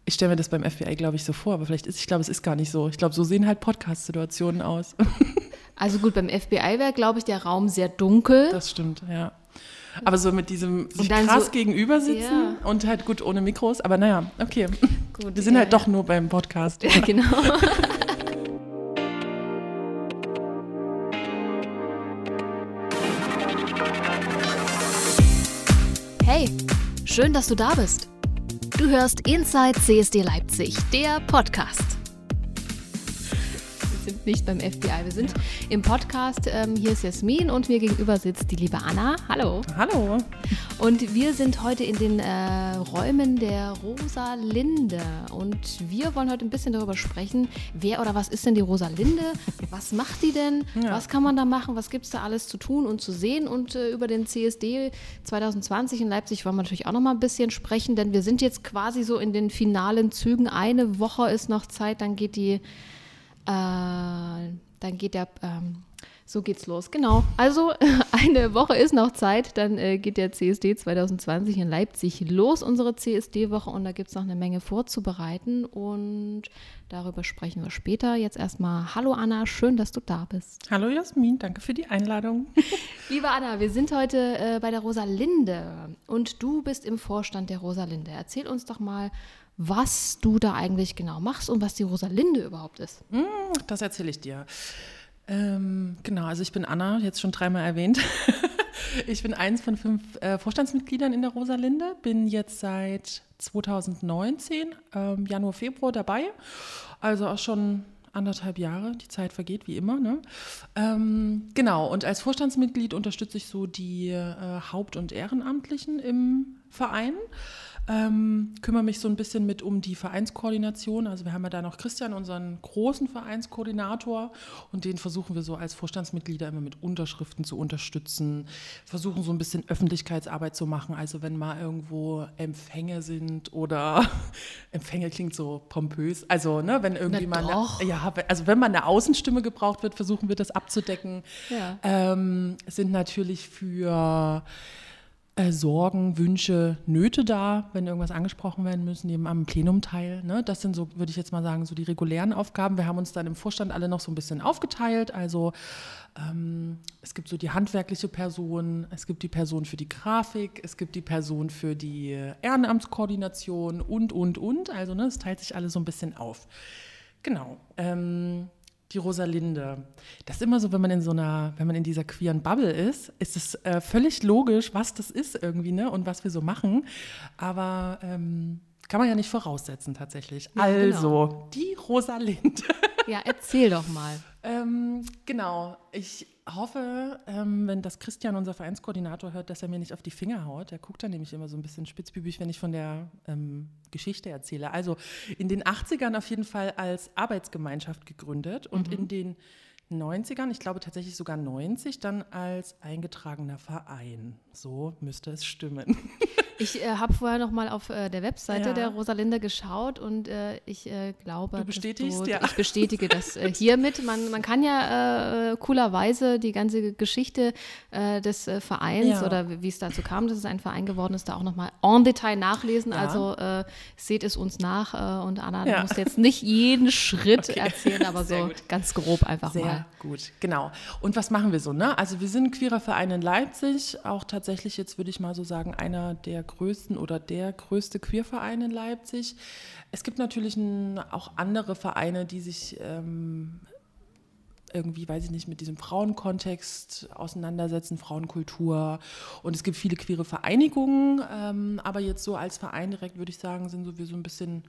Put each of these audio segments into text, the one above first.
Ich stelle mir das beim FBI, glaube ich, so vor, aber ich glaube, es ist gar nicht so. Ich glaube, so sehen halt Podcast-Situationen aus. Also gut, beim FBI wäre, glaube ich, der Raum sehr dunkel. Das stimmt, ja. Aber so mit diesem sich krass so, gegenüber sitzen und halt gut ohne Mikros. Aber naja, okay. Gut, wir sind halt doch nur beim Podcast. Ja, genau. Hey, schön, dass du da bist. Du hörst Inside CSD Leipzig, der Podcast. Wir sind nicht beim FBI, wir sind im Podcast. Hier ist Jasmin und mir gegenüber sitzt die liebe Anna. Hallo. Hallo. Und wir sind heute in den Räumen der Rosalinde. Und wir wollen heute ein bisschen darüber sprechen, wer oder was ist denn die Rosalinde? Was macht die denn? Ja. Was kann man da machen? Was gibt es da alles zu tun und zu sehen? Und über den CSD 2020 in Leipzig wollen wir natürlich auch noch mal ein bisschen sprechen, denn wir sind jetzt quasi so in den finalen Zügen. Eine Woche ist noch Zeit, dann geht so geht's los, genau. Also eine Woche ist noch Zeit, dann geht der CSD 2020 in Leipzig los, unsere CSD-Woche, und da gibt es noch eine Menge vorzubereiten und darüber sprechen wir später. Jetzt erstmal hallo Anna, schön, dass du da bist. Hallo Jasmin, danke für die Einladung. Liebe Anna, wir sind heute bei der Rosalinde und du bist im Vorstand der Rosalinde. Erzähl uns doch mal, was du da eigentlich genau machst und was die Rosalinde überhaupt ist. Das erzähle ich dir. Genau, also ich bin Anna, jetzt schon 3-mal erwähnt. Ich bin eins von 5 Vorstandsmitgliedern in der Rosalinde, bin jetzt seit 2019, Januar, Februar dabei, also auch schon 1,5 Jahre, die Zeit vergeht wie immer. Ne? Genau, und als Vorstandsmitglied unterstütze ich so die Haupt- und Ehrenamtlichen im Verein. Kümmere mich so ein bisschen mit um die Vereinskoordination. Also wir haben ja da noch Christian, unseren großen Vereinskoordinator, und den versuchen wir so als Vorstandsmitglieder immer mit Unterschriften zu unterstützen, versuchen so ein bisschen Öffentlichkeitsarbeit zu machen. Also wenn mal irgendwo Empfänge sind oder Empfänge klingt so pompös. Also ne, wenn irgendwie wenn mal eine Außenstimme gebraucht wird, versuchen wir das abzudecken. Ja. Sind natürlich für Sorgen, Wünsche, Nöte da, wenn irgendwas angesprochen werden müssen, nehmen am Plenum teil. Ne? Das sind so, würde ich jetzt mal sagen, so die regulären Aufgaben. Wir haben uns dann im Vorstand alle noch so ein bisschen aufgeteilt. Also es gibt so die handwerkliche Person, es gibt die Person für die Grafik, es gibt die Person für die Ehrenamtskoordination und. Also ne, es teilt sich alles so ein bisschen auf. Genau. Die Rosalinde. Das ist immer so, wenn man in dieser queeren Bubble ist es völlig logisch, was das ist irgendwie, ne, und was wir so machen. Aber kann man ja nicht voraussetzen tatsächlich. Ja, also, genau. Die Rosalinde. Ja, erzähl doch mal. Genau. Ich hoffe, wenn das Christian, unser Vereinskoordinator, hört, dass er mir nicht auf die Finger haut. Der guckt dann nämlich immer so ein bisschen spitzbübig, wenn ich von der Geschichte erzähle. Also in den 80ern auf jeden Fall als Arbeitsgemeinschaft gegründet und in den 90ern, ich glaube tatsächlich sogar 90, dann als eingetragener Verein. So müsste es stimmen. Ich habe vorher noch mal auf der Webseite der Rosalinde geschaut und ich glaube, du bestätigst, ich bestätige das hiermit. Man kann ja coolerweise die ganze Geschichte des Vereins oder wie es dazu kam, dass es ein Verein geworden ist, da auch noch mal en Detail nachlesen. Ja. Also seht es uns nach und Anna, du musst jetzt nicht jeden Schritt erzählen, aber so ganz grob einfach mal. Sehr gut, genau. Und was machen wir so? Ne? Also wir sind ein queerer Verein in Leipzig, auch tatsächlich jetzt würde ich mal so sagen, einer der größten oder der größte Queerverein in Leipzig. Es gibt natürlich auch andere Vereine, die sich irgendwie, weiß ich nicht, mit diesem Frauenkontext auseinandersetzen, Frauenkultur, und es gibt viele queere Vereinigungen, aber jetzt so als Verein direkt würde ich sagen, sind wir so ein bisschen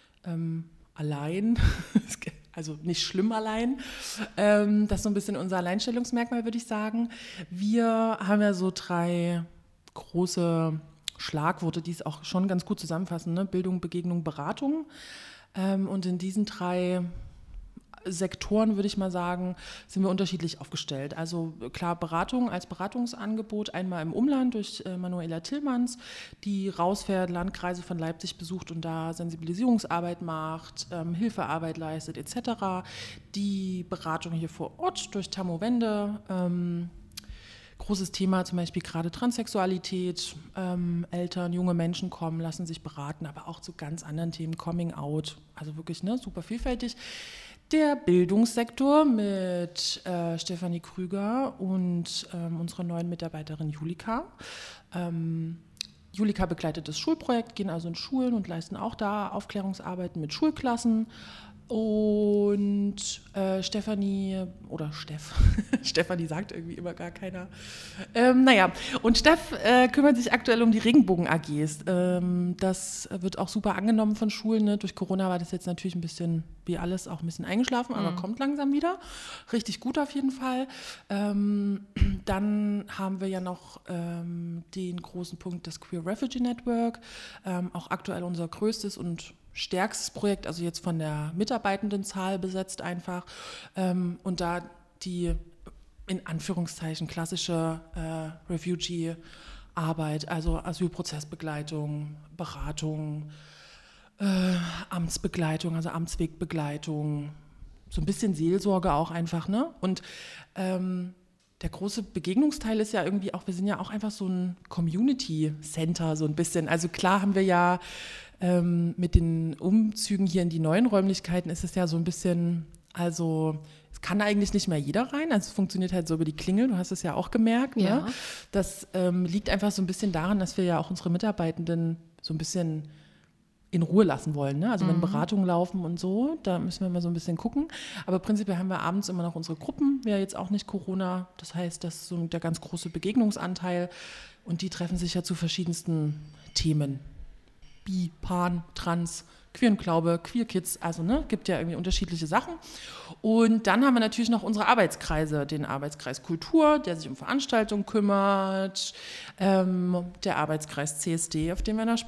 allein, also nicht schlimm allein, das ist so ein bisschen unser Alleinstellungsmerkmal, würde ich sagen. Wir haben ja so 3 große Schlagworte, die es auch schon ganz gut zusammenfassen, ne? Bildung, Begegnung, Beratung. Und in diesen 3 Sektoren, würde ich mal sagen, sind wir unterschiedlich aufgestellt. Also klar, Beratung als Beratungsangebot einmal im Umland durch Manuela Tillmanns, die rausfährt, Landkreise von Leipzig besucht und da Sensibilisierungsarbeit macht, Hilfearbeit leistet etc. Die Beratung hier vor Ort durch Tammo Wende, großes Thema, zum Beispiel gerade Transsexualität. Eltern, junge Menschen kommen, lassen sich beraten, aber auch zu ganz anderen Themen, Coming Out, also wirklich super vielfältig. Der Bildungssektor mit Stefanie Krüger und unserer neuen Mitarbeiterin Julika. Julika begleitet das Schulprojekt, gehen also in Schulen und leisten auch da Aufklärungsarbeiten mit Schulklassen. Und Stefanie, oder Steff, Stefanie sagt irgendwie immer gar keiner. Und Steff kümmert sich aktuell um die Regenbogen-AGs. Das wird auch super angenommen von Schulen. Ne? Durch Corona war das jetzt natürlich ein bisschen, wie alles, auch ein bisschen eingeschlafen, aber kommt langsam wieder. Richtig gut auf jeden Fall. Dann haben wir ja noch den großen Punkt, das Queer Refugee Network, auch aktuell unser größtes und stärkstes Projekt, also jetzt von der Mitarbeitendenzahl besetzt einfach. Und da die in Anführungszeichen klassische Refugee-Arbeit, also Asylprozessbegleitung, Beratung, Amtsbegleitung, also Amtswegbegleitung, so ein bisschen Seelsorge auch einfach, ne? Und der große Begegnungsteil ist ja irgendwie auch, wir sind ja auch einfach so ein Community Center, so ein bisschen. Also klar haben wir ja mit den Umzügen hier in die neuen Räumlichkeiten ist es ja so ein bisschen, also es kann eigentlich nicht mehr jeder rein, also es funktioniert halt so über die Klingel, du hast es ja auch gemerkt. Ja. Ne? Das liegt einfach so ein bisschen daran, dass wir ja auch unsere Mitarbeitenden so ein bisschen in Ruhe lassen wollen. Ne? Also wenn Beratungen laufen und so, da müssen wir mal so ein bisschen gucken. Aber prinzipiell haben wir abends immer noch unsere Gruppen, wäre jetzt auch nicht Corona. Das heißt, das ist so der ganz große Begegnungsanteil. Und die treffen sich ja zu verschiedensten Themen. Bi, Pan, Trans, Queer und Glaube, Queer Kids, also gibt ja irgendwie unterschiedliche Sachen. Und dann haben wir natürlich noch unsere Arbeitskreise, den Arbeitskreis Kultur, der sich um Veranstaltungen kümmert, der Arbeitskreis CSD, auf den wir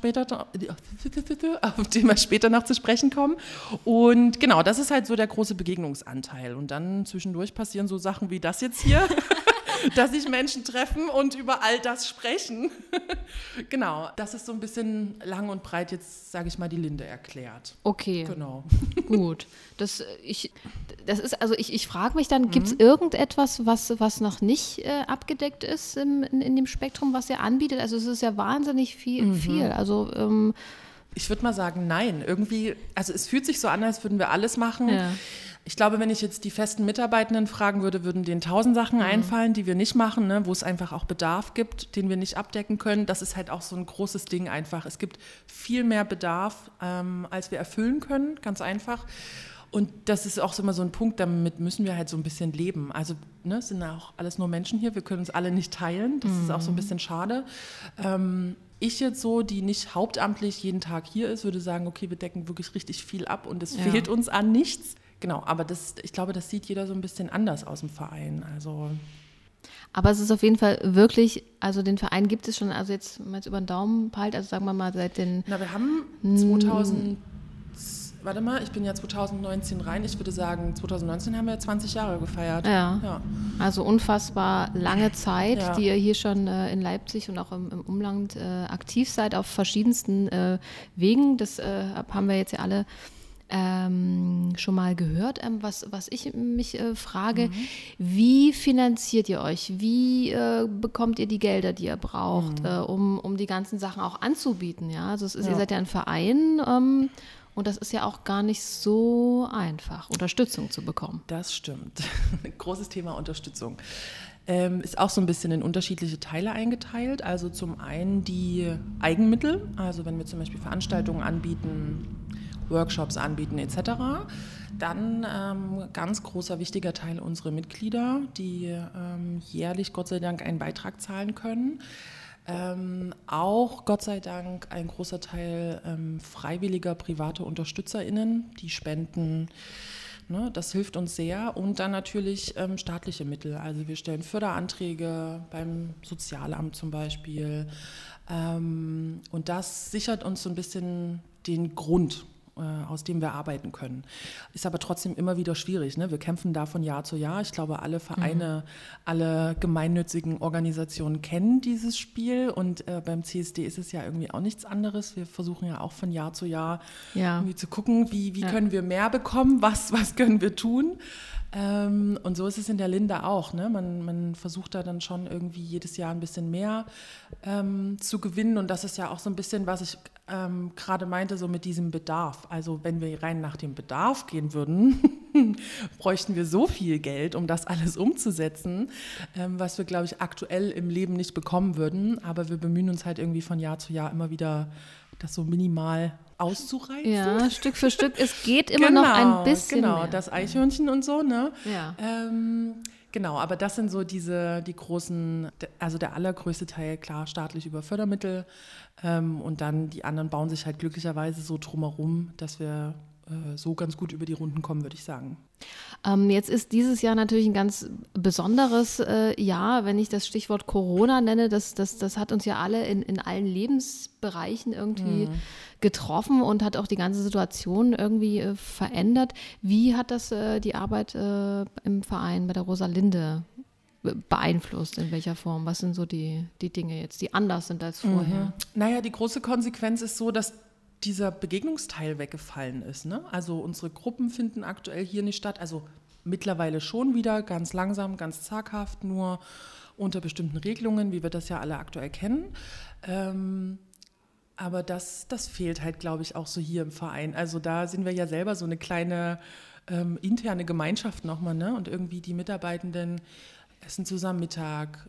später noch zu sprechen kommen. Und genau, das ist halt so der große Begegnungsanteil. Und dann zwischendurch passieren so Sachen wie das jetzt hier. Dass sich Menschen treffen und über all das sprechen. Genau, das ist so ein bisschen lang und breit jetzt, sage ich mal, die Linde erklärt. Okay, genau. Gut. Ich frage mich dann, gibt es irgendetwas, was noch nicht abgedeckt ist in dem Spektrum, was ihr anbietet? Also es ist ja wahnsinnig viel. Also ich würde mal sagen, nein. Irgendwie, also es fühlt sich so an, als würden wir alles machen. Ja. Ich glaube, wenn ich jetzt die festen Mitarbeitenden fragen würde, würden denen 1000 Sachen einfallen, die wir nicht machen, ne, wo es einfach auch Bedarf gibt, den wir nicht abdecken können. Das ist halt auch so ein großes Ding einfach. Es gibt viel mehr Bedarf, als wir erfüllen können, ganz einfach. Und das ist auch immer so ein Punkt, damit müssen wir halt so ein bisschen leben. Also es sind ja auch alles nur Menschen hier, wir können uns alle nicht teilen. Das ist auch so ein bisschen schade. Ich jetzt so, die nicht hauptamtlich jeden Tag hier ist, würde sagen, okay, wir decken wirklich richtig viel ab und es fehlt uns an nichts. Genau, aber ich glaube, das sieht jeder so ein bisschen anders aus dem Verein. Also. Aber es ist auf jeden Fall wirklich, also den Verein gibt es schon, also jetzt über den Daumen peilt, also sagen wir mal seit den... Na, wir haben ich bin ja 2019 rein, ich würde sagen, 2019 haben wir 20 Jahre gefeiert. Ja. Also unfassbar lange Zeit, die ihr hier schon in Leipzig und auch im Umland aktiv seid, auf verschiedensten Wegen. Das haben wir jetzt ja alle schon mal gehört. Was ich mich frage, wie finanziert ihr euch? Wie bekommt ihr die Gelder, die ihr braucht, um die ganzen Sachen auch anzubieten? Ja? Also ihr seid ja ein Verein und das ist ja auch gar nicht so einfach, Unterstützung zu bekommen. Das stimmt. Großes Thema Unterstützung. Ist auch so ein bisschen in unterschiedliche Teile eingeteilt. Also zum einen die Eigenmittel, also wenn wir zum Beispiel Veranstaltungen anbieten, Workshops anbieten etc. Dann ganz großer, wichtiger Teil unsere Mitglieder, die jährlich Gott sei Dank einen Beitrag zahlen können. Auch Gott sei Dank ein großer Teil freiwilliger privater UnterstützerInnen, die spenden. Ne, das hilft uns sehr. Und dann natürlich staatliche Mittel. Also wir stellen Förderanträge beim Sozialamt zum Beispiel. Und das sichert uns so ein bisschen den Grund, aus dem wir arbeiten können. Ist aber trotzdem immer wieder schwierig. Ne? Wir kämpfen da von Jahr zu Jahr. Ich glaube, alle Vereine, alle gemeinnützigen Organisationen kennen dieses Spiel und beim CSD ist es ja irgendwie auch nichts anderes. Wir versuchen ja auch von Jahr zu Jahr irgendwie zu gucken, wie können wir mehr bekommen, was können wir tun. Und so ist es in der Linde auch. Ne? Man versucht da dann schon irgendwie jedes Jahr ein bisschen mehr zu gewinnen. Und das ist ja auch so ein bisschen, was ich gerade meinte, so mit diesem Bedarf. Also wenn wir rein nach dem Bedarf gehen würden, bräuchten wir so viel Geld, um das alles umzusetzen, was wir, glaube ich, aktuell im Leben nicht bekommen würden. Aber wir bemühen uns halt irgendwie von Jahr zu Jahr immer wieder, das so minimal auszureizen. Ja, Stück für Stück. Es geht immer noch ein bisschen mehr. Das Eichhörnchen und so, ne? Ja. Genau, aber das sind so die großen, also der allergrößte Teil, klar, staatlich über Fördermittel, und dann die anderen bauen sich halt glücklicherweise so drumherum, dass wir so ganz gut über die Runden kommen, würde ich sagen. Jetzt ist dieses Jahr natürlich ein ganz besonderes Jahr, wenn ich das Stichwort Corona nenne. Das hat uns ja alle in allen Lebensbereichen irgendwie getroffen und hat auch die ganze Situation irgendwie verändert. Wie hat das die Arbeit im Verein bei der Rosalinde beeinflusst? In welcher Form? Was sind so die Dinge jetzt, die anders sind als vorher? Naja, die große Konsequenz ist so, dass dieser Begegnungsteil weggefallen ist. Ne? Also unsere Gruppen finden aktuell hier nicht statt. Also mittlerweile schon wieder, ganz langsam, ganz zaghaft, nur unter bestimmten Regelungen, wie wir das ja alle aktuell kennen. Aber das fehlt halt, glaube ich, auch so hier im Verein. Also da sind wir ja selber so eine kleine interne Gemeinschaft nochmal. Ne? Und irgendwie die Mitarbeitenden essen zusammen Mittag,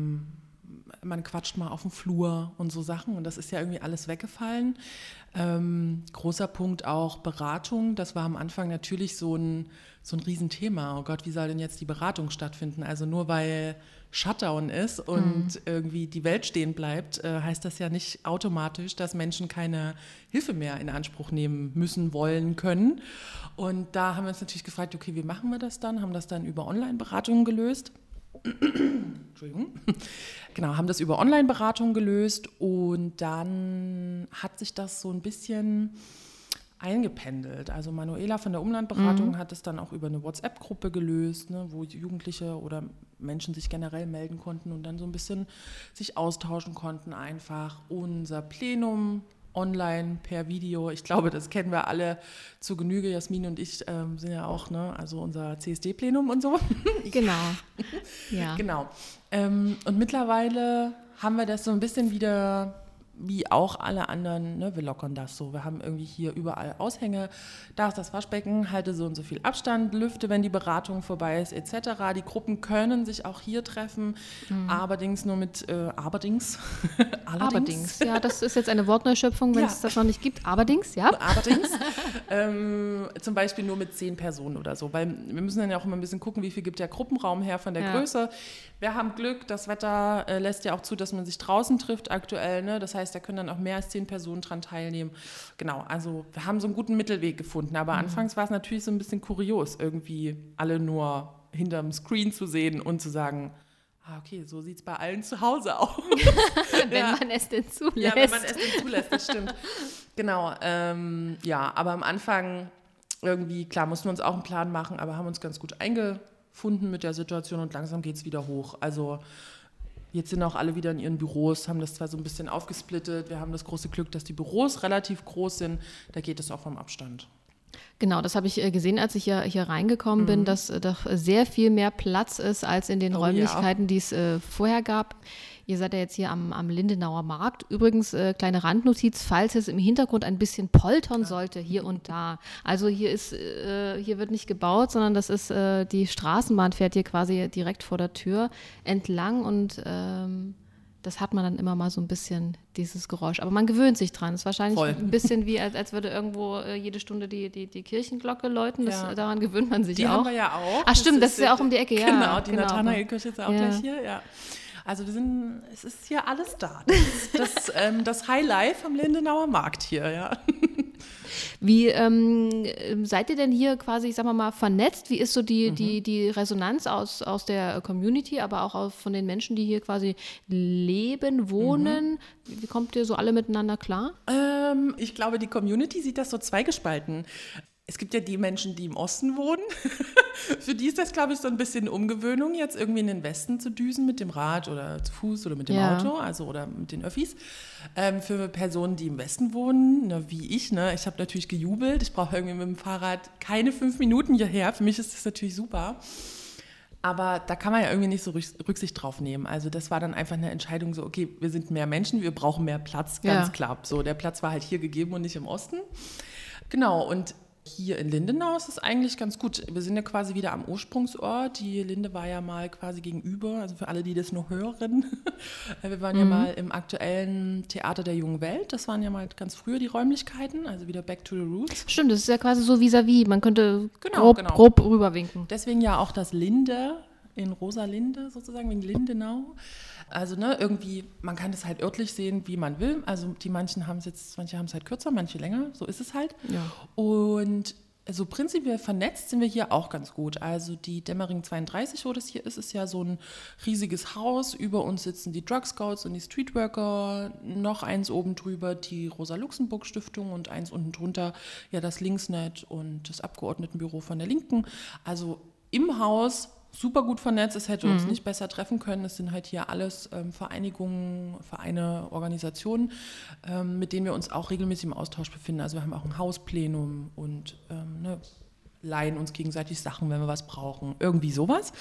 man quatscht mal auf dem Flur und so Sachen, und das ist ja irgendwie alles weggefallen. Großer Punkt auch Beratung, das war am Anfang natürlich so ein Riesenthema. Oh Gott, wie soll denn jetzt die Beratung stattfinden? Also nur weil Shutdown ist und irgendwie die Welt stehen bleibt, heißt das ja nicht automatisch, dass Menschen keine Hilfe mehr in Anspruch nehmen müssen, wollen, können. Und da haben wir uns natürlich gefragt, okay, wie machen wir das dann? Haben das dann über Online-Beratungen gelöst. Entschuldigung. Genau, haben das über Online-Beratung gelöst, und dann hat sich das so ein bisschen eingependelt. Also Manuela von der Umlandberatung hat es dann auch über eine WhatsApp-Gruppe gelöst, ne, wo Jugendliche oder Menschen sich generell melden konnten und dann so ein bisschen sich austauschen konnten einfach. Unser Plenum online per Video, ich glaube, das kennen wir alle zu Genüge. Jasmin und ich sind ja auch, ne, also unser CSD-Plenum und so. Genau. Ja. Genau. Und mittlerweile haben wir das so ein bisschen wieder, wie auch alle anderen, ne, wir lockern das so. Wir haben irgendwie hier überall Aushänge, da ist das Waschbecken, halte so und so viel Abstand, lüfte, wenn die Beratung vorbei ist, etc. Die Gruppen können sich auch hier treffen, allerdings nur mit allerdings. Ja, das ist jetzt eine Wortneuschöpfung, wenn es das noch nicht gibt. Allerdings, ja. Allerdings. Zum Beispiel nur mit 10 Personen oder so, weil wir müssen dann ja auch immer ein bisschen gucken, wie viel gibt der Gruppenraum her von der Größe. Wir haben Glück, das Wetter lässt ja auch zu, dass man sich draußen trifft aktuell, ne? Das heißt, da können dann auch mehr als 10 Personen dran teilnehmen. Genau, also wir haben so einen guten Mittelweg gefunden, aber anfangs war es natürlich so ein bisschen kurios, irgendwie alle nur hinterm Screen zu sehen und zu sagen, okay, so sieht es bei allen zu Hause aus. Wenn man es denn zulässt. Ja, wenn man es denn zulässt, das stimmt. Genau, ja, aber am Anfang irgendwie, klar, mussten wir uns auch einen Plan machen, aber haben uns ganz gut eingefunden mit der Situation und langsam geht es wieder hoch. Also jetzt sind auch alle wieder in ihren Büros, haben das zwar so ein bisschen aufgesplittet, wir haben das große Glück, dass die Büros relativ groß sind, da geht es auch vom Abstand. Genau, das habe ich gesehen, als ich hier reingekommen bin, dass doch sehr viel mehr Platz ist als in den Räumlichkeiten, die es vorher gab. Ihr seid ja jetzt hier am Lindenauer Markt. Übrigens, kleine Randnotiz, falls es im Hintergrund ein bisschen poltern sollte, hier und da. Also hier wird nicht gebaut, sondern das ist, die Straßenbahn fährt hier quasi direkt vor der Tür entlang, und das hat man dann immer mal so ein bisschen, dieses Geräusch. Aber man gewöhnt sich dran. Es ist wahrscheinlich ein bisschen wie, als würde irgendwo jede Stunde die Kirchenglocke läuten. Daran gewöhnt man sich die auch. Die haben wir ja auch. Ach stimmt, das ist ja auch um die Ecke. Genau, die Nathanaelkirche ist auch gleich hier, ja. Also es ist hier alles da. Das Highlife am Lindenauer Markt hier, ja. Wie seid ihr denn hier quasi, ich sag mal, vernetzt? Wie ist so die Resonanz aus der Community, aber auch von den Menschen, die hier quasi leben, wohnen? Wie kommt ihr so alle miteinander klar? Ich glaube, die Community sieht das so zweigespalten. es gibt ja die Menschen, die im Osten wohnen. Für die ist das, glaube ich, so ein bisschen Umgewöhnung, jetzt irgendwie in den Westen zu düsen mit dem Rad oder zu Fuß oder mit dem Auto, also oder mit den Öffis. Für Personen, die im Westen wohnen, wie ich, ich habe natürlich gejubelt. Ich brauche irgendwie mit dem Fahrrad keine 5 Minuten hierher. Für mich ist das natürlich super. Aber da kann man ja irgendwie nicht so Rücksicht drauf nehmen. Also das war dann einfach eine Entscheidung so, okay, wir sind mehr Menschen, wir brauchen mehr Platz, ganz klar. So, der Platz war halt hier gegeben und nicht im Osten. Genau, und hier in Lindenau ist es eigentlich ganz gut. Wir sind ja quasi wieder am Ursprungsort. Die Linde war ja mal quasi gegenüber, also für alle, die das nur hören. Wir waren ja mal im aktuellen Theater der Jungen Welt. Das waren ja mal ganz früher die Räumlichkeiten, also wieder back to the roots. Stimmt, das ist ja quasi so vis-à-vis. Man könnte grob rüberwinken. Deswegen ja auch das Linde in Rosalinde sozusagen, wegen Lindenau. Also irgendwie, man kann das halt örtlich sehen, wie man will. Also manche haben es halt kürzer, manche länger, so ist es halt. Ja. Und so prinzipiell vernetzt sind wir hier auch ganz gut. Also die Dämmering 32, wo das hier ist ja so ein riesiges Haus. Über uns sitzen die Drug Scouts und die Streetworker. Noch eins oben drüber die Rosa-Luxemburg-Stiftung und eins unten drunter ja das Linksnet und das Abgeordnetenbüro von der Linken. Also im Haus super gut vernetzt, es hätte uns nicht besser treffen können. Es sind halt hier alles Vereinigungen, Vereine, Organisationen, mit denen wir uns auch regelmäßig im Austausch befinden. Also wir haben auch ein Hausplenum und leihen uns gegenseitig Sachen, wenn wir was brauchen. Irgendwie sowas.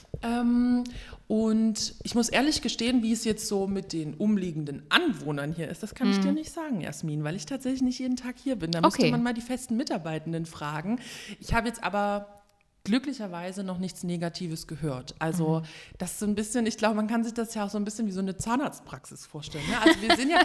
Und ich muss ehrlich gestehen, wie es jetzt so mit den umliegenden Anwohnern hier ist, das kann ich dir nicht sagen, Jasmin, weil ich tatsächlich nicht jeden Tag hier bin. Da müsste man mal die festen Mitarbeitenden fragen. Ich habe jetzt aber glücklicherweise noch nichts Negatives gehört. Also das ist so ein bisschen, ich glaube, man kann sich das ja auch so ein bisschen wie so eine Zahnarztpraxis vorstellen. Ne? Also wir sind ja,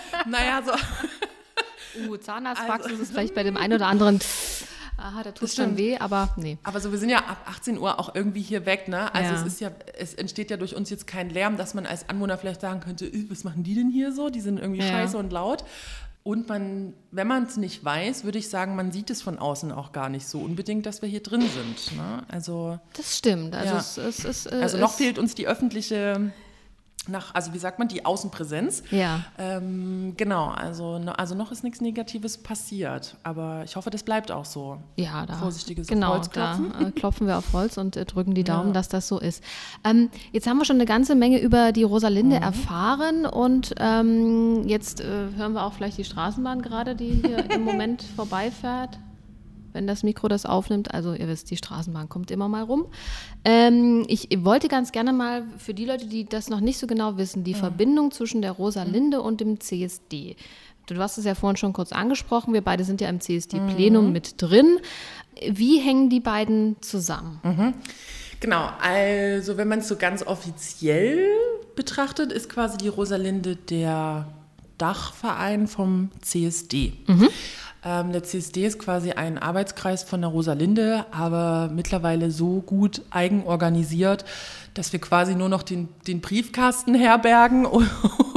so... Zahnarztpraxis ist vielleicht bei dem einen oder anderen... Aha, da tut es schon weh, aber nee. Aber so, wir sind ja ab 18 Uhr auch irgendwie hier weg, ne? Also es entsteht ja durch uns jetzt kein Lärm, dass man als Anwohner vielleicht sagen könnte, was machen die denn hier so? Die sind irgendwie scheiße und laut. Und wenn man es nicht weiß, würde ich sagen, man sieht es von außen auch gar nicht so unbedingt, dass wir hier drin sind. Ne? Also, das stimmt. Also noch fehlt uns die öffentliche... wie sagt man, die Außenpräsenz. Ja. Genau, also noch ist nichts Negatives passiert, aber ich hoffe, das bleibt auch so. Ja, vorsichtiges Holzklopfen. Da klopfen wir auf Holz und drücken die Daumen, dass das so ist. Jetzt haben wir schon eine ganze Menge über die Rosalinde erfahren und jetzt hören wir auch vielleicht die Straßenbahn gerade, die hier im Moment vorbeifährt. Wenn das Mikro das aufnimmt. Also ihr wisst, die Straßenbahn kommt immer mal rum. Ich wollte ganz gerne mal für die Leute, die das noch nicht so genau wissen, die Verbindung zwischen der Rosalinde und dem CSD. Du hast es ja vorhin schon kurz angesprochen, wir beide sind ja im CSD-Plenum mit drin. Wie hängen die beiden zusammen? Genau, also wenn man es so ganz offiziell betrachtet, ist quasi die Rosalinde der Dachverein vom CSD. Der CSD ist quasi ein Arbeitskreis von der Rosalinde, aber mittlerweile so gut eigenorganisiert, dass wir quasi nur noch den Briefkasten herbergen und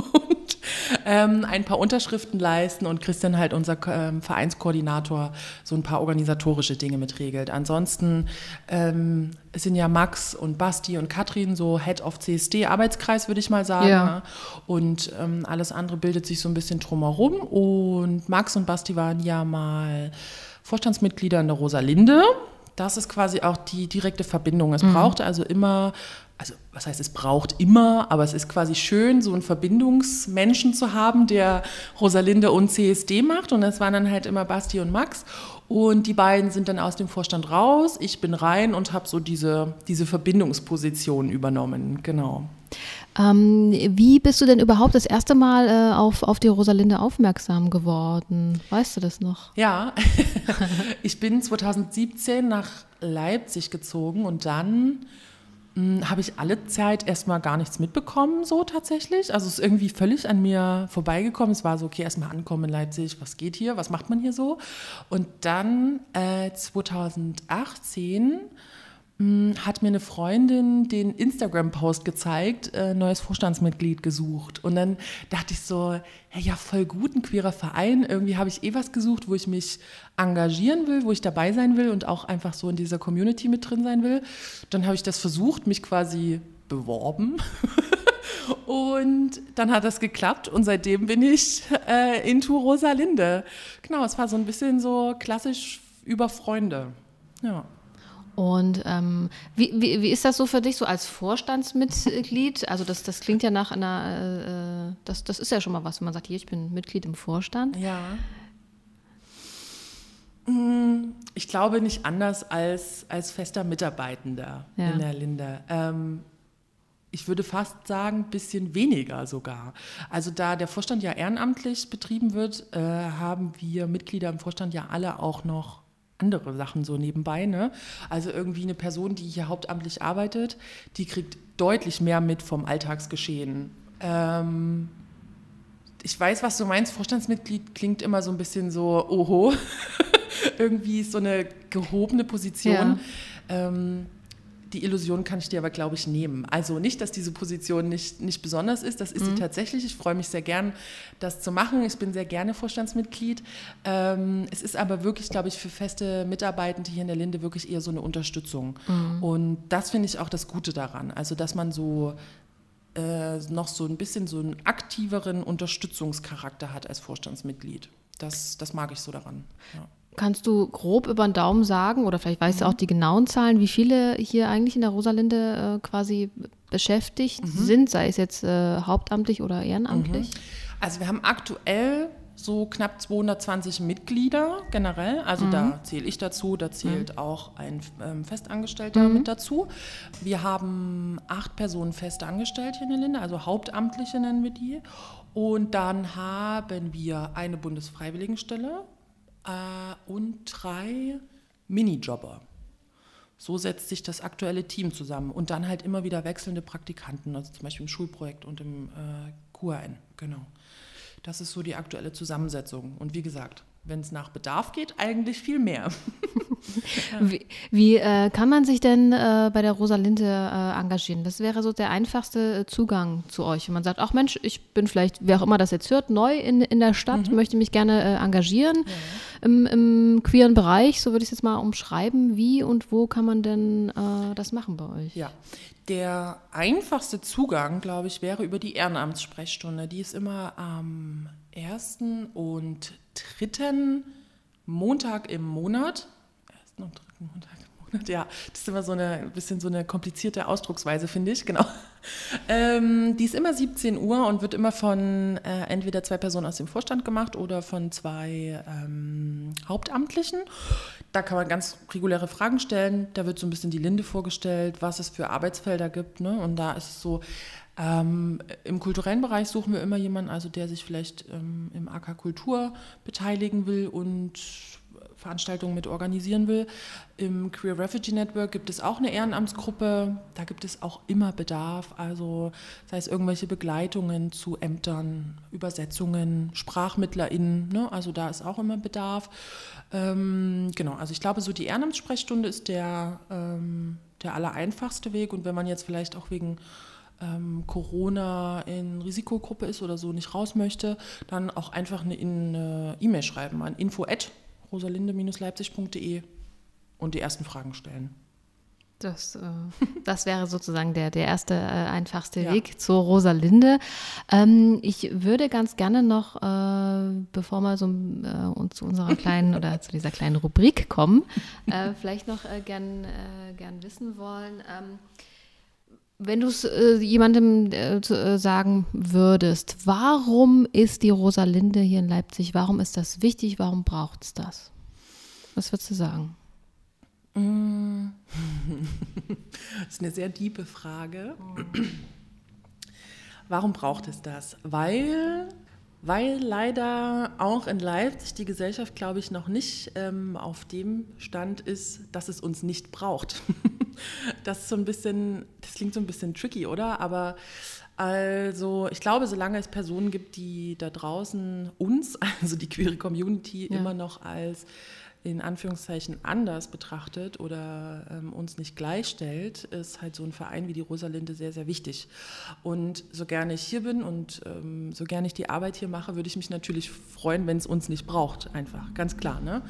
ein paar Unterschriften leisten und Christian halt, unser Vereinskoordinator, so ein paar organisatorische Dinge mitregelt. Ansonsten es sind ja Max und Basti und Katrin so Head of CSD-Arbeitskreis, würde ich mal sagen. Ja. Ne? Und alles andere bildet sich so ein bisschen drumherum. Und Max und Basti waren ja mal Vorstandsmitglieder in der Rosalinde. Das ist quasi auch die direkte Verbindung. Es braucht also immer, was heißt, es braucht immer, aber es ist quasi schön, so einen Verbindungsmenschen zu haben, der Rosalinde und CSD macht. Und das waren dann halt immer Basti und Max. Und die beiden sind dann aus dem Vorstand raus. Ich bin rein und habe so diese Verbindungsposition übernommen. Genau. Wie bist du denn überhaupt das erste Mal auf die Rosalinde aufmerksam geworden? Weißt du das noch? Ja, ich bin 2017 nach Leipzig gezogen und dann habe ich alle Zeit erstmal gar nichts mitbekommen, so tatsächlich. Also es ist irgendwie völlig an mir vorbeigekommen. Es war so, okay, erstmal ankommen in Leipzig, was geht hier, was macht man hier so? Und dann 2018 hat mir eine Freundin den Instagram-Post gezeigt, neues Vorstandsmitglied gesucht. Und dann dachte ich so, hey, ja, voll gut, ein queerer Verein. Irgendwie habe ich was gesucht, wo ich mich engagieren will, wo ich dabei sein will und auch einfach so in dieser Community mit drin sein will. Dann habe ich das versucht, mich quasi beworben. Und dann hat das geklappt und seitdem bin ich into Rosalinde. Genau, es war so ein bisschen so klassisch über Freunde, ja. Und wie ist das so für dich, so als Vorstandsmitglied? Also das klingt ja nach einer, das ist ja schon mal was, wenn man sagt, hier, ich bin Mitglied im Vorstand. Ja. Ich glaube nicht anders als fester Mitarbeitender in der Linde. Ich würde fast sagen, ein bisschen weniger sogar. Also da der Vorstand ja ehrenamtlich betrieben wird, haben wir Mitglieder im Vorstand ja alle auch noch andere Sachen so nebenbei. Ne? Also irgendwie eine Person, die hier hauptamtlich arbeitet, die kriegt deutlich mehr mit vom Alltagsgeschehen. Ich weiß, was du meinst, Vorstandsmitglied klingt immer so ein bisschen so, oho, irgendwie ist so eine gehobene Position. Ja. Die Illusion kann ich dir aber, glaube ich, nehmen. Also nicht, dass diese Position nicht besonders ist, das ist sie tatsächlich. Ich freue mich sehr gern, das zu machen. Ich bin sehr gerne Vorstandsmitglied. Es ist aber wirklich, glaube ich, für feste Mitarbeitende hier in der Linde wirklich eher so eine Unterstützung. Und das finde ich auch das Gute daran. Also, dass man so noch so ein bisschen so einen aktiveren Unterstützungscharakter hat als Vorstandsmitglied. Das mag ich so daran, ja. Kannst du grob über den Daumen sagen, oder vielleicht weißt du auch die genauen Zahlen, wie viele hier eigentlich in der Rosalinde quasi beschäftigt sind, sei es jetzt hauptamtlich oder ehrenamtlich? Also wir haben aktuell so knapp 220 Mitglieder generell, also da zähle ich dazu, da zählt auch ein Festangestellter mit dazu. Wir haben 8 Personen fest angestellt hier in der Linde, also Hauptamtliche nennen wir die. Und dann haben wir eine Bundesfreiwilligenstelle, und 3 Minijobber. So setzt sich das aktuelle Team zusammen. Und dann halt immer wieder wechselnde Praktikanten, also zum Beispiel im Schulprojekt und im QAN. Genau. Das ist so die aktuelle Zusammensetzung. Und wie gesagt, wenn es nach Bedarf geht, eigentlich viel mehr. Wie kann man sich denn bei der Rosalinde engagieren? Das wäre so der einfachste Zugang zu euch. Wenn man sagt, ach Mensch, ich bin vielleicht, wer auch immer das jetzt hört, neu in der Stadt, möchte mich gerne engagieren im queeren Bereich, so würde ich es jetzt mal umschreiben. Wie und wo kann man denn das machen bei euch? Ja, der einfachste Zugang, glaube ich, wäre über die Ehrenamtssprechstunde. Die ist immer am 1. und 3. Montag im Monat. 1. und 3. Montag im Monat, ja. Das ist immer so ein bisschen so eine komplizierte Ausdrucksweise, finde ich, genau. Die ist immer 17 Uhr und wird immer von entweder 2 Personen aus dem Vorstand gemacht oder von 2 Hauptamtlichen. Da kann man ganz reguläre Fragen stellen. Da wird so ein bisschen die Linde vorgestellt, was es für Arbeitsfelder gibt. Ne? Und da ist es so, im kulturellen Bereich suchen wir immer jemanden, also der sich vielleicht im AK Kultur beteiligen will und Veranstaltungen mit organisieren will. Im Queer Refugee Network gibt es auch eine Ehrenamtsgruppe. Da gibt es auch immer Bedarf, also sei es irgendwelche Begleitungen zu Ämtern, Übersetzungen, SprachmittlerInnen, ne? Also da ist auch immer Bedarf. Genau, also ich glaube, so die Ehrenamtssprechstunde ist der allereinfachste Weg. Und wenn man jetzt vielleicht auch wegen Corona in Risikogruppe ist oder so nicht raus möchte, dann auch einfach eine E-Mail schreiben an info@rosalinde-leipzig.de und die ersten Fragen stellen. Das wäre sozusagen der erste, einfachste Weg zur Rosalinde. Ich würde ganz gerne noch, bevor wir uns zu unserer kleinen oder zu dieser kleinen Rubrik kommen, vielleicht noch gern wissen wollen, wenn du es jemandem sagen würdest, warum ist die Rosalinde hier in Leipzig, warum ist das wichtig, warum braucht es das? Was würdest du sagen? Das ist eine sehr tiefe Frage. Warum braucht es das? Weil leider auch in Leipzig die Gesellschaft, glaube ich, noch nicht auf dem Stand ist, dass es uns nicht braucht. Das klingt so ein bisschen tricky, oder? Aber also ich glaube, solange es Personen gibt, die da draußen uns, also die queere Community, immer noch als in Anführungszeichen anders betrachtet oder uns nicht gleichstellt, ist halt so ein Verein wie die Rosalinde sehr, sehr wichtig. Und so gerne ich hier bin und so gerne ich die Arbeit hier mache, würde ich mich natürlich freuen, wenn es uns nicht braucht, einfach, ganz klar. Ne?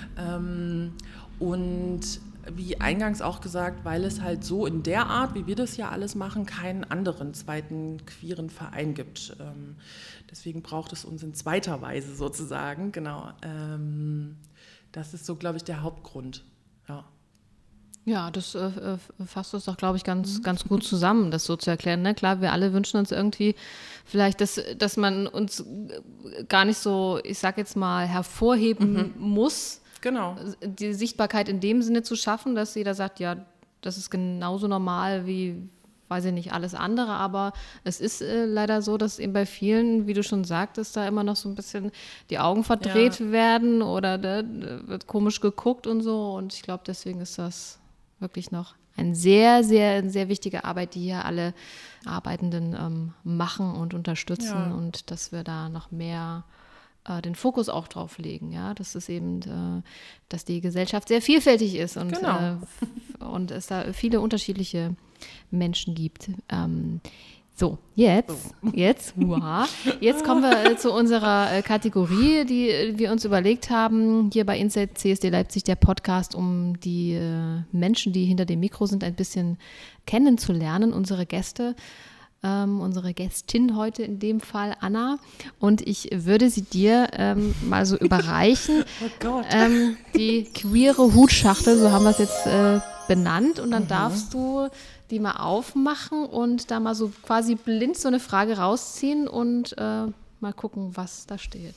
Und wie eingangs auch gesagt, weil es halt so in der Art, wie wir das ja alles machen, keinen anderen zweiten queeren Verein gibt. Deswegen braucht es uns in zweiter Weise sozusagen, genau. Das ist so, glaube ich, der Hauptgrund. Ja. Ja, das fasst es doch, glaube ich, ganz gut zusammen, das so zu erklären. Ne? Klar, wir alle wünschen uns irgendwie vielleicht, dass man uns gar nicht so, ich sag jetzt mal, hervorheben muss. Genau. Die Sichtbarkeit in dem Sinne zu schaffen, dass jeder sagt, ja, das ist genauso normal wie, weiß ich nicht, alles andere. Aber es ist leider so, dass eben bei vielen, wie du schon sagtest, da immer noch so ein bisschen die Augen verdreht werden oder da wird komisch geguckt und so. Und ich glaube, deswegen ist das wirklich noch eine sehr, sehr, sehr wichtige Arbeit, die hier alle Arbeitenden machen und unterstützen und dass wir da noch mehr den Fokus auch drauf legen, ja, dass es eben, dass die Gesellschaft sehr vielfältg ist und, und es da viele unterschiedliche Menschen gibt. So, jetzt kommen wir zu unserer Kategorie, die wir uns überlegt haben, hier bei Inside CSD Leipzig, der Podcast, um die Menschen, die hinter dem Mikro sind, ein bisschen kennenzulernen, unsere Gäste, unsere Gästin heute in dem Fall, Anna. Und ich würde sie dir mal so überreichen. Oh Gott. Die queere Hutschachtel, so haben wir es jetzt benannt. Und dann darfst du die mal aufmachen und da mal so quasi blind so eine Frage rausziehen und mal gucken, was da steht.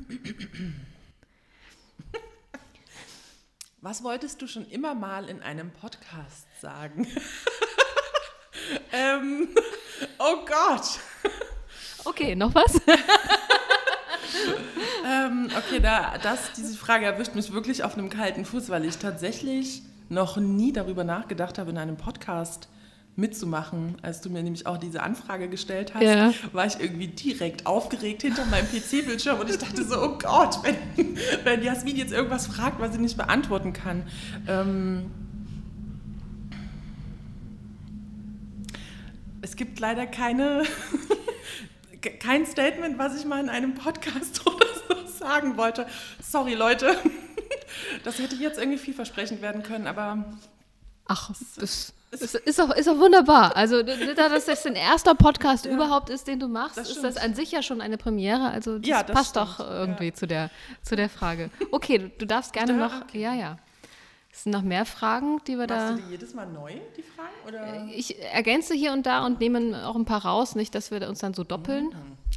Was wolltest du schon immer mal in einem Podcast sagen? Oh Gott. Okay, noch was? Okay, diese Frage erwischt mich wirklich auf einem kalten Fuß, weil ich tatsächlich noch nie darüber nachgedacht habe, in einem Podcast mitzumachen. Als du mir nämlich auch diese Anfrage gestellt hast, war ich irgendwie direkt aufgeregt hinter meinem PC-Bildschirm und ich dachte so, oh Gott, wenn Jasmin jetzt irgendwas fragt, was sie nicht beantworten kann. Es gibt leider kein Statement, was ich mal in einem Podcast oder so sagen wollte. Sorry, Leute. Das hätte jetzt irgendwie vielversprechend werden können, aber... Ach, das ist doch wunderbar. Also, da das jetzt dein erster Podcast überhaupt ist, den du machst, ist das an sich ja schon eine Premiere. Also, das passt doch irgendwie zu der Frage. Okay, du darfst gerne noch... Okay. Ja. Es sind noch mehr Fragen, die wir Machst du die jedes Mal neu, die Fragen? Oder? Ich ergänze hier und da und nehme auch ein paar raus, nicht, dass wir uns dann so doppeln.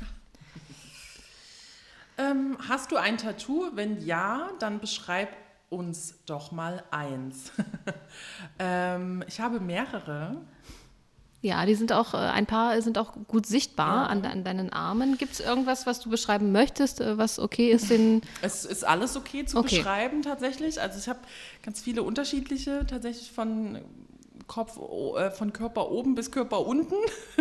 Hast du ein Tattoo? Wenn ja, dann beschreib uns doch mal eins. Ich habe mehrere. Ja, die sind auch, ein paar sind auch gut sichtbar an deinen Armen. Gibt es irgendwas, was du beschreiben möchtest, was okay ist? Es ist alles okay zu beschreiben tatsächlich. Also ich habe ganz viele unterschiedliche, tatsächlich von Körper oben bis Körper unten.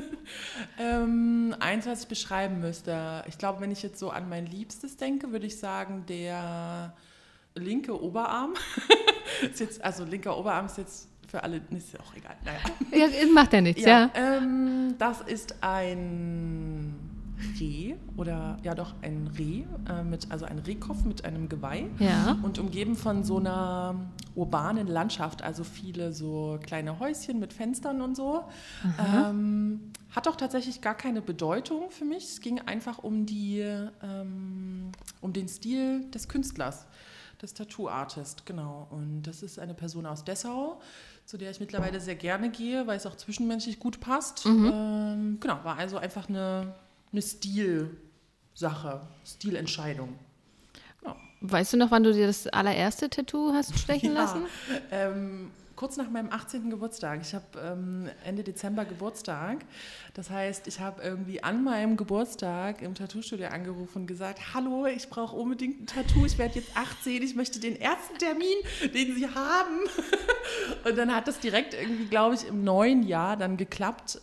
Eins, was ich beschreiben müsste. Ich glaube, wenn ich jetzt so an mein Liebstes denke, würde ich sagen, der linke Oberarm. Linker Oberarm ist jetzt für alle, ist ja auch egal. Naja. Ja, macht ja nichts, ja. Das ist ein Reh ein Reh, also ein Rehkopf mit einem Geweih und umgeben von so einer urbanen Landschaft, also viele so kleine Häuschen mit Fenstern und so. Hat auch tatsächlich gar keine Bedeutung für mich. Es ging einfach um den Stil des Künstlers, des Tattoo-Artist, genau. Und das ist eine Person aus Dessau, zu der ich mittlerweile sehr gerne gehe, weil es auch zwischenmenschlich gut passt. War also einfach eine Stilsache, Stilentscheidung. Ja. Weißt du noch, wann du dir das allererste Tattoo hast stechen lassen? Kurz nach meinem 18. Geburtstag. Ich habe Ende Dezember Geburtstag. Das heißt, ich habe irgendwie an meinem Geburtstag im Tattoo-Studio angerufen und gesagt, hallo, ich brauche unbedingt ein Tattoo, ich werde jetzt 18, ich möchte den ersten Termin, den Sie haben. Und dann hat das direkt irgendwie, glaube ich, im neuen Jahr dann geklappt.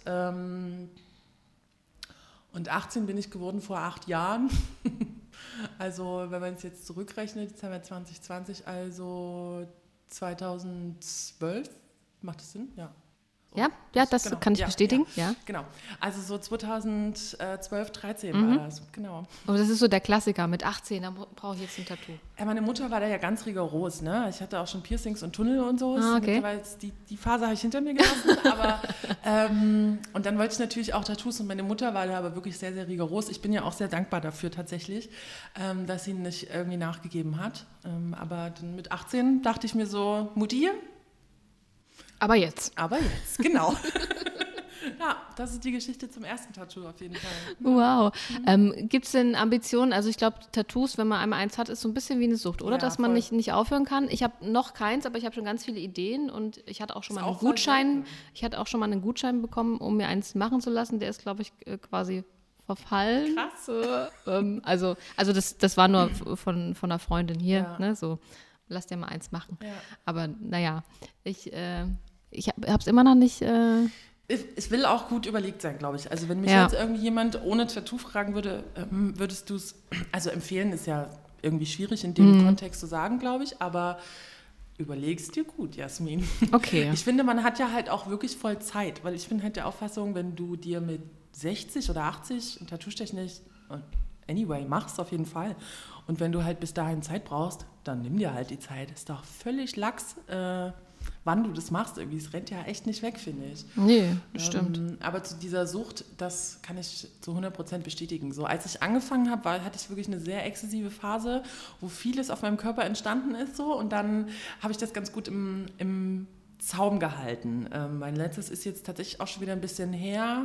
Und 18 bin ich geworden vor 8 Jahren. Also, wenn man es jetzt zurückrechnet, jetzt haben wir 2020, also 2012, macht das Sinn? Ja. Ja, das genau. kann ich bestätigen. Ja. Genau. Also so 2012, 13 war das. Genau. Aber das ist so der Klassiker. Mit 18, da brauche ich jetzt ein Tattoo. Ja, meine Mutter war da ja ganz rigoros. Ne? Ich hatte auch schon Piercings und Tunnel und so. Okay. Die Phase habe ich hinter mir gelassen. Aber, und dann wollte ich natürlich auch Tattoos. Und meine Mutter war da aber wirklich sehr, sehr rigoros. Ich bin ja auch sehr dankbar dafür tatsächlich, dass sie nicht irgendwie nachgegeben hat. Aber dann mit 18 dachte ich mir so, Mutti, Aber jetzt, genau. Ja, das ist die Geschichte zum ersten Tattoo auf jeden Fall. Wow. Gibt es denn Ambitionen? Also ich glaube, Tattoos, wenn man einmal eins hat, ist so ein bisschen wie eine Sucht, oder? Ja, dass man voll. nicht aufhören kann. Ich habe noch keins, aber ich habe schon ganz viele Ideen und ich hatte auch schon Ist mal einen auch voll Gutschein. selten. Ich hatte auch schon mal einen Gutschein bekommen, um mir eins machen zu lassen. Der ist, glaube ich, quasi verfallen. Krass. Also das war nur von einer Freundin hier, Ja. ne? So, lass dir mal eins machen. Ja. Aber naja, ich habe es immer noch nicht. Es will auch gut überlegt sein, glaube ich. Also wenn mich Ja. jetzt irgendwie jemand ohne Tattoo fragen würde, würdest du es, also empfehlen ist ja irgendwie schwierig in dem Kontext zu sagen, glaube ich, aber überlegst dir gut, Jasmin. Okay. Ich finde, man hat ja halt auch wirklich voll Zeit, weil ich bin halt der Auffassung, wenn du dir mit 60 oder 80 ein Tattoo-Stechen anyway machst, auf jeden Fall. Und wenn du halt bis dahin Zeit brauchst, dann nimm dir halt die Zeit. Ist doch völlig lax, wann du das machst. Irgendwie, es rennt ja echt nicht weg, finde ich. Nee, bestimmt. Aber zu dieser Sucht, das kann ich zu 100% bestätigen. So, als ich angefangen habe, hatte ich wirklich eine sehr exzessive Phase, wo vieles auf meinem Körper entstanden ist. So, und dann habe ich das ganz gut im Zaum gehalten. Mein letztes ist jetzt tatsächlich auch schon wieder ein bisschen her.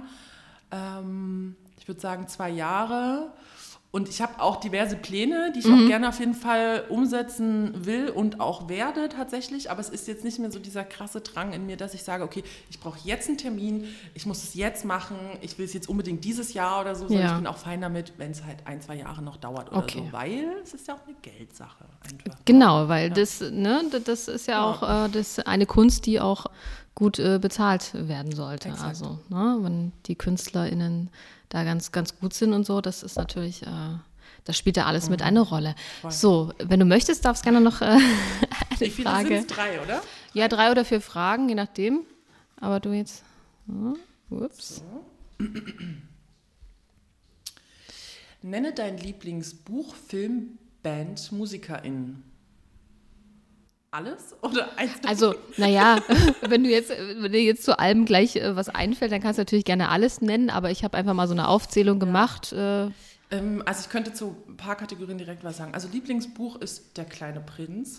Ich würde sagen 2 Jahre. Und ich habe auch diverse Pläne, die ich auch gerne auf jeden Fall umsetzen will und auch werde tatsächlich. Aber es ist jetzt nicht mehr so dieser krasse Drang in mir, dass ich sage, okay, ich brauche jetzt einen Termin, ich muss es jetzt machen, ich will es jetzt unbedingt dieses Jahr oder so. Sondern Ja. ich bin auch fein damit, wenn es halt 1, 2 Jahre noch dauert oder Okay. so. Weil es ist ja auch eine Geldsache einfach. Genau, weil das ist ja auch das eine Kunst, die auch gut bezahlt werden sollte. Exakt. Also, ne, wenn die KünstlerInnen da ganz, ganz gut sind und so, das ist natürlich, das spielt ja alles mit eine Rolle. Voll. So, wenn du möchtest, darfst du gerne noch eine Wie viele Frage. sind es? 3, oder? Ja, 3 oder 4 Fragen, je nachdem. Aber du jetzt. Ups. Nenne dein Lieblingsbuch, Film, Band, MusikerInnen. Alles? Oder eins? Also, naja, wenn dir jetzt zu allem gleich was einfällt, dann kannst du natürlich gerne alles nennen, aber ich habe einfach mal so eine Aufzählung gemacht. Also ich könnte zu ein paar Kategorien direkt was sagen. Also Lieblingsbuch ist Der kleine Prinz.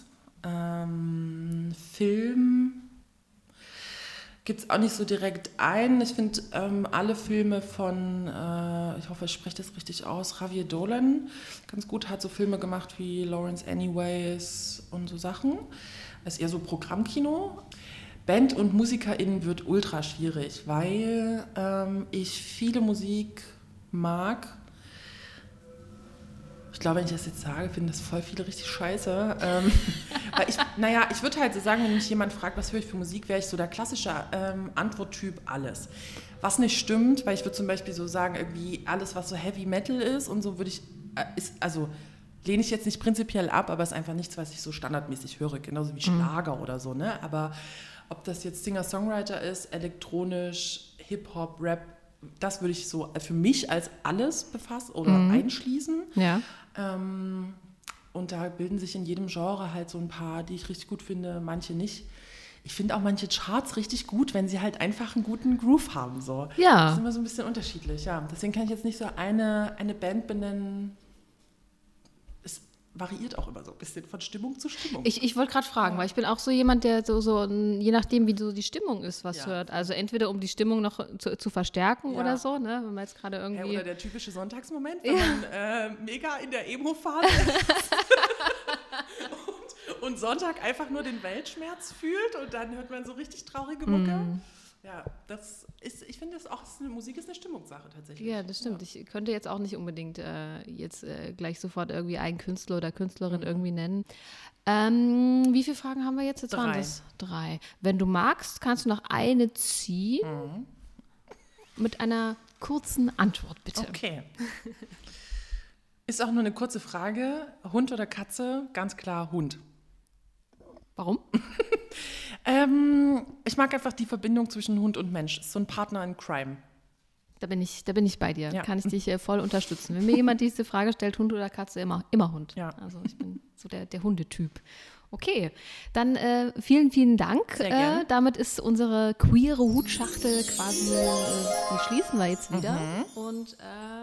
Film gibt es auch nicht so direkt einen. Ich finde alle Filme von, ich hoffe, ich spreche das richtig aus, Javier Dolan ganz gut. Hat so Filme gemacht wie Lawrence Anyways und so Sachen. Das ist eher so Programmkino. Band und MusikerInnen wird ultra schwierig, weil ich viele Musik mag. Ich glaube, wenn ich das jetzt sage, finden das voll viele richtig scheiße. Weil ich würde halt so sagen, wenn mich jemand fragt, was höre ich für Musik, wäre ich so der klassische Antworttyp alles. Was nicht stimmt, weil ich würde zum Beispiel so sagen, irgendwie alles, was so Heavy Metal ist und so würde ich, lehne ich jetzt nicht prinzipiell ab, aber es ist einfach nichts, was ich so standardmäßig höre, genauso wie Schlager oder so, ne? Aber ob das jetzt Singer-Songwriter ist, elektronisch, Hip-Hop, Rap, das würde ich so für mich als alles befassen oder einschließen. Ja. Und da bilden sich in jedem Genre halt so ein paar, die ich richtig gut finde, manche nicht. Ich finde auch manche Charts richtig gut, wenn sie halt einfach einen guten Groove haben. So. Ja. Das ist immer so ein bisschen unterschiedlich, ja. Deswegen kann ich jetzt nicht so eine Band benennen. Es variiert auch immer so ein bisschen von Stimmung zu Stimmung. Ich wollte gerade fragen, weil ich bin auch so jemand, der so je nachdem, wie so die Stimmung ist, was Ja. hört. Also entweder um die Stimmung noch zu verstärken Ja. oder so, ne? Wenn man jetzt gerade Ja, irgendwie. oder der typische Sonntagsmoment, wenn man mega in der Emo-Phase ist und Sonntag einfach nur den Weltschmerz fühlt und dann hört man so richtig traurige Mucke. Ja, ich finde das auch, Musik ist eine Stimmungssache tatsächlich. Ja, das stimmt. Ich könnte jetzt auch nicht unbedingt jetzt gleich sofort irgendwie einen Künstler oder Künstlerin irgendwie nennen. Wie viele Fragen haben wir jetzt? Jetzt 3. waren das 3. Wenn du magst, kannst du noch eine ziehen mit einer kurzen Antwort, bitte. Okay. Ist auch nur eine kurze Frage. Hund oder Katze? Ganz klar Hund. Warum? Ich ich mag einfach die Verbindung zwischen Hund und Mensch. Ist so ein Partner in Crime. Da bin ich bei dir. Ja. Kann ich dich voll unterstützen. Wenn mir jemand diese Frage stellt, Hund oder Katze, immer Hund. Ja. Also ich bin so der Hundetyp. Okay, dann vielen, vielen Dank. Sehr gern. Damit ist unsere queere Hutschachtel quasi, die schließen wir jetzt wieder. Und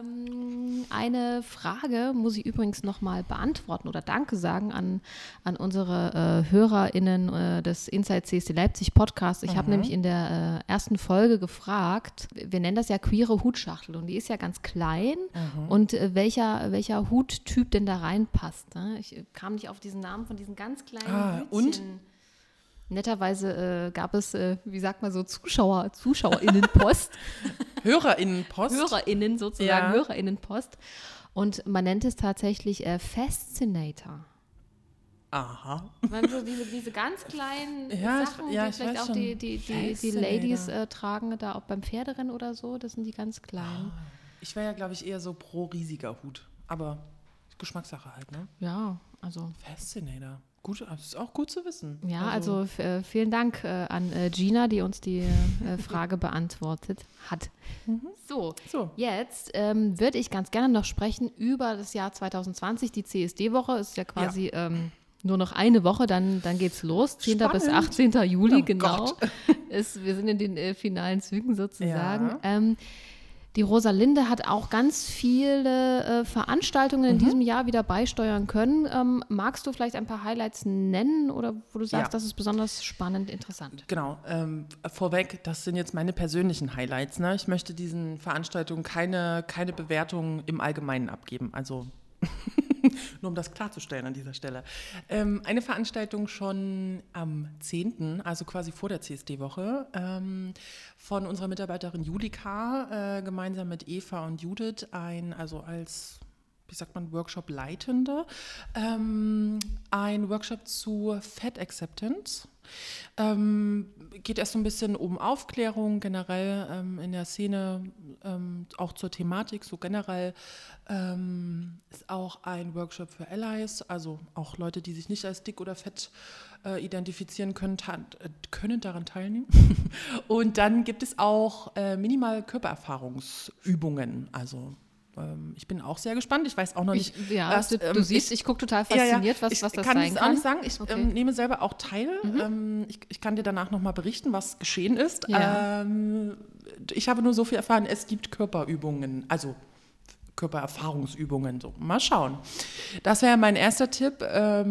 eine Frage muss ich übrigens nochmal beantworten oder Danke sagen an unsere HörerInnen des Inside CSD Leipzig Podcast. Ich habe nämlich in der ersten Folge gefragt, wir nennen das ja queere Hutschachtel und die ist ja ganz klein und welcher Huttyp denn da reinpasst. Ne? Ich kam nicht auf diesen Namen von diesen ganz kleinen Hütchen. Und? Netterweise gab es, wie sagt man so, ZuschauerInnenpost. HörerInnenpost. HörerInnen sozusagen, Ja. HörerInnenpost. Und man nennt es tatsächlich Fascinator. Aha. Weil so diese ganz kleinen Ja, Sachen, ja, die ich vielleicht weiß auch schon. die Fascinator. Ladies tragen, da auch beim Pferderennen oder so, das sind die ganz kleinen. Ich wäre ja, glaube ich, eher so pro riesiger Hut. Aber Geschmackssache halt, ne? Ja, also. Fascinator. Gut, das ist auch gut zu wissen. Ja, also vielen Dank an Gina, die uns die Frage beantwortet hat. So, jetzt würde ich ganz gerne noch sprechen über das Jahr 2020, die CSD-Woche. Ist ja quasi nur noch eine Woche, dann geht's los. 10. bis 18. Juli, Oh genau. Gott. Wir sind in den finalen Zügen sozusagen. Ja. Die Rosalinde hat auch ganz viele Veranstaltungen in diesem Jahr wieder beisteuern können. Magst du vielleicht ein paar Highlights nennen oder wo du sagst, Ja. das ist besonders spannend, interessant? Genau, vorweg, das sind jetzt meine persönlichen Highlights. Ne? Ich möchte diesen Veranstaltungen keine Bewertung im Allgemeinen abgeben. Also nur um das klarzustellen an dieser Stelle. Eine Veranstaltung schon am 10., also quasi vor der CSD-Woche, von unserer Mitarbeiterin Julika, gemeinsam mit Eva und Judith, als, wie sagt man, Workshop-Leitende, ein Workshop zu Fat Acceptance. Geht erst so ein bisschen um Aufklärung generell in der Szene, auch zur Thematik, so generell ist auch ein Workshop für Allies, also auch Leute, die sich nicht als dick oder fett identifizieren können daran teilnehmen. Und dann gibt es auch minimal Körpererfahrungsübungen, also ich bin auch sehr gespannt. Ich weiß auch noch nicht. Du siehst, ich gucke total fasziniert, was das sein kann. Ich kann es auch nicht sagen. Ich nehme selber auch teil. Ich kann dir danach nochmal berichten, was geschehen ist. Ja. Ich habe nur so viel erfahren, es gibt Körperübungen, also Körpererfahrungsübungen. So. Mal schauen. Das wäre mein erster Tipp.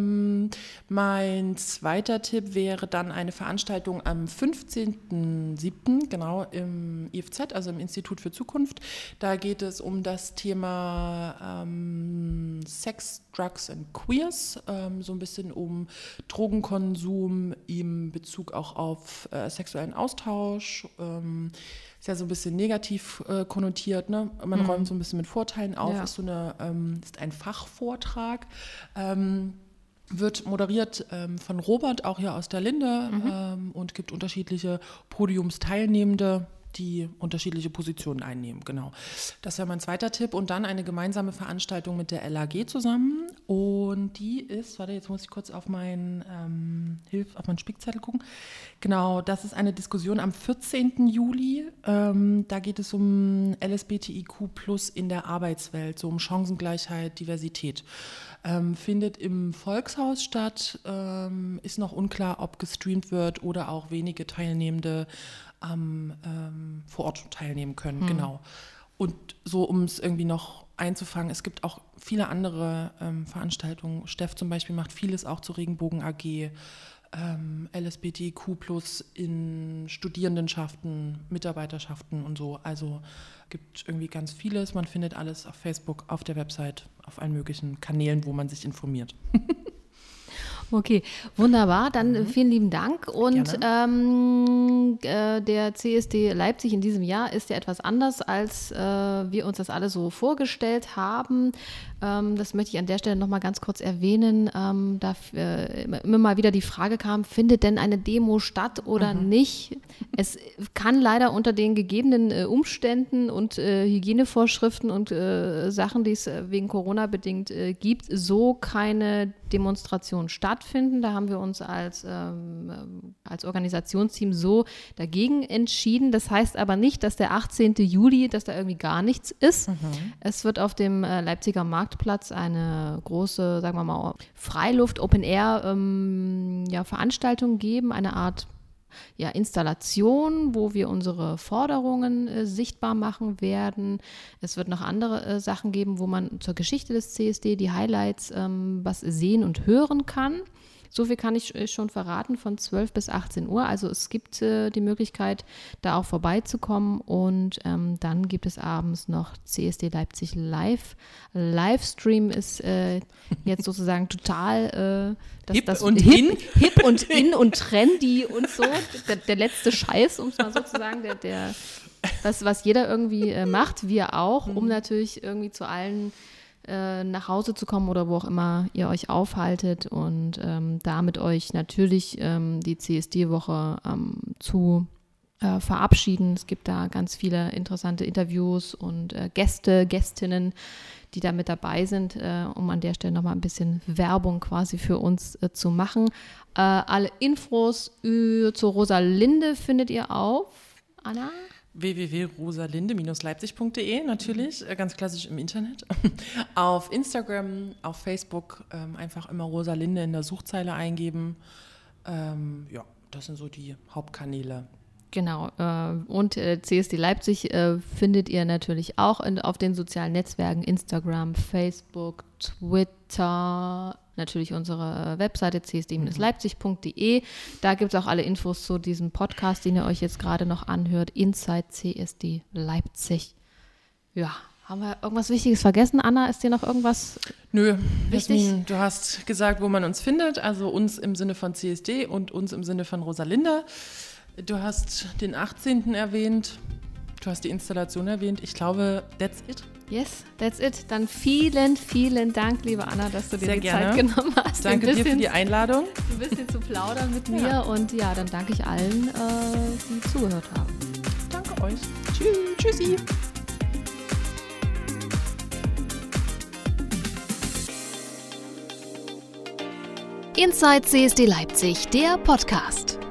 Mein zweiter Tipp wäre dann eine Veranstaltung am 15.07., genau, im IFZ, also im Institut für Zukunft. Da geht es um das Thema Sex, Drugs and Queers, so ein bisschen um Drogenkonsum in Bezug auch auf sexuellen Austausch. Ist ja so ein bisschen negativ konnotiert, ne? Man räumt so ein bisschen mit Vorteilen auf, Ja. ist ein Fachvortrag, wird moderiert von Robert, auch hier aus der Linde, und gibt unterschiedliche Podiumsteilnehmende, die unterschiedliche Positionen einnehmen, genau. Das wäre mein zweiter Tipp. Und dann eine gemeinsame Veranstaltung mit der LAG zusammen. Und die ist, jetzt muss ich kurz auf meinen Spickzettel gucken. Genau, das ist eine Diskussion am 14. Juli. Da geht es um LSBTIQ+ in der Arbeitswelt, so um Chancengleichheit, Diversität. Findet im Volkshaus statt, ist noch unklar, ob gestreamt wird oder auch wenige Teilnehmende vor Ort teilnehmen können, genau. Und so, um es irgendwie noch einzufangen, es gibt auch viele andere Veranstaltungen. Steff zum Beispiel macht vieles auch zur Regenbogen AG, LSBTQ+ in Studierendenschaften, Mitarbeiterschaften und so. Also gibt irgendwie ganz vieles. Man findet alles auf Facebook, auf der Website, auf allen möglichen Kanälen, wo man sich informiert. Okay, wunderbar. Dann vielen lieben Dank. Und der CSD Leipzig in diesem Jahr ist ja etwas anders, als wir uns das alle so vorgestellt haben. Das möchte ich an der Stelle nochmal ganz kurz erwähnen, da immer mal wieder die Frage kam, findet denn eine Demo statt oder nicht? Es kann leider unter den gegebenen Umständen und Hygienevorschriften und Sachen, die es wegen Corona bedingt gibt, so keine Demonstration stattfinden. Da haben wir uns als Organisationsteam so dagegen entschieden. Das heißt aber nicht, dass der 18. Juli, dass da irgendwie gar nichts ist. Es wird auf dem Leipziger Marktplatz eine große, sagen wir mal, Freiluft-Open-Air-Veranstaltung geben, eine Art Installation, wo wir unsere Forderungen sichtbar machen werden. Es wird noch andere Sachen geben, wo man zur Geschichte des CSD, die Highlights, was sehen und hören kann. So viel kann ich schon verraten, von 12 bis 18 Uhr. Also es gibt die Möglichkeit, da auch vorbeizukommen. Und dann gibt es abends noch CSD Leipzig Live. Livestream ist jetzt sozusagen total hip und in und trendy und so. Der letzte Scheiß, um es mal so zu sagen. Was jeder irgendwie macht, wir auch, um natürlich irgendwie zu allen nach Hause zu kommen oder wo auch immer ihr euch aufhaltet und damit euch natürlich die CSD-Woche zu verabschieden. Es gibt da ganz viele interessante Interviews und Gästinnen, die da mit dabei sind, um an der Stelle nochmal ein bisschen Werbung quasi für uns zu machen. Alle Infos zur Rosalinde findet ihr auf, Anna? www.rosalinde-leipzig.de natürlich, ganz klassisch im Internet. Auf Instagram, auf Facebook einfach immer Rosalinde in der Suchzeile eingeben. Das sind so die Hauptkanäle. Genau, und CSD Leipzig findet ihr natürlich auch auf den sozialen Netzwerken Instagram, Facebook, Twitter, natürlich unsere Webseite csd-leipzig.de. Da gibt es auch alle Infos zu diesem Podcast, den ihr euch jetzt gerade noch anhört, Inside CSD Leipzig. Ja, haben wir irgendwas Wichtiges vergessen? Anna, ist dir noch irgendwas Nö, wichtig? Jasmin, du hast gesagt, wo man uns findet, also uns im Sinne von CSD und uns im Sinne von Rosalinde. Du hast den 18. erwähnt, du hast die Installation erwähnt. Ich glaube, that's it. Yes, that's it. Dann vielen, vielen Dank, liebe Anna, dass du dir Sehr die gerne. Zeit genommen hast. Danke dir für die Einladung. Ein bisschen zu plaudern mit mir. Und ja, dann danke ich allen, die zugehört haben. Danke euch. Tschüssi. Inside CSD Leipzig, der Podcast.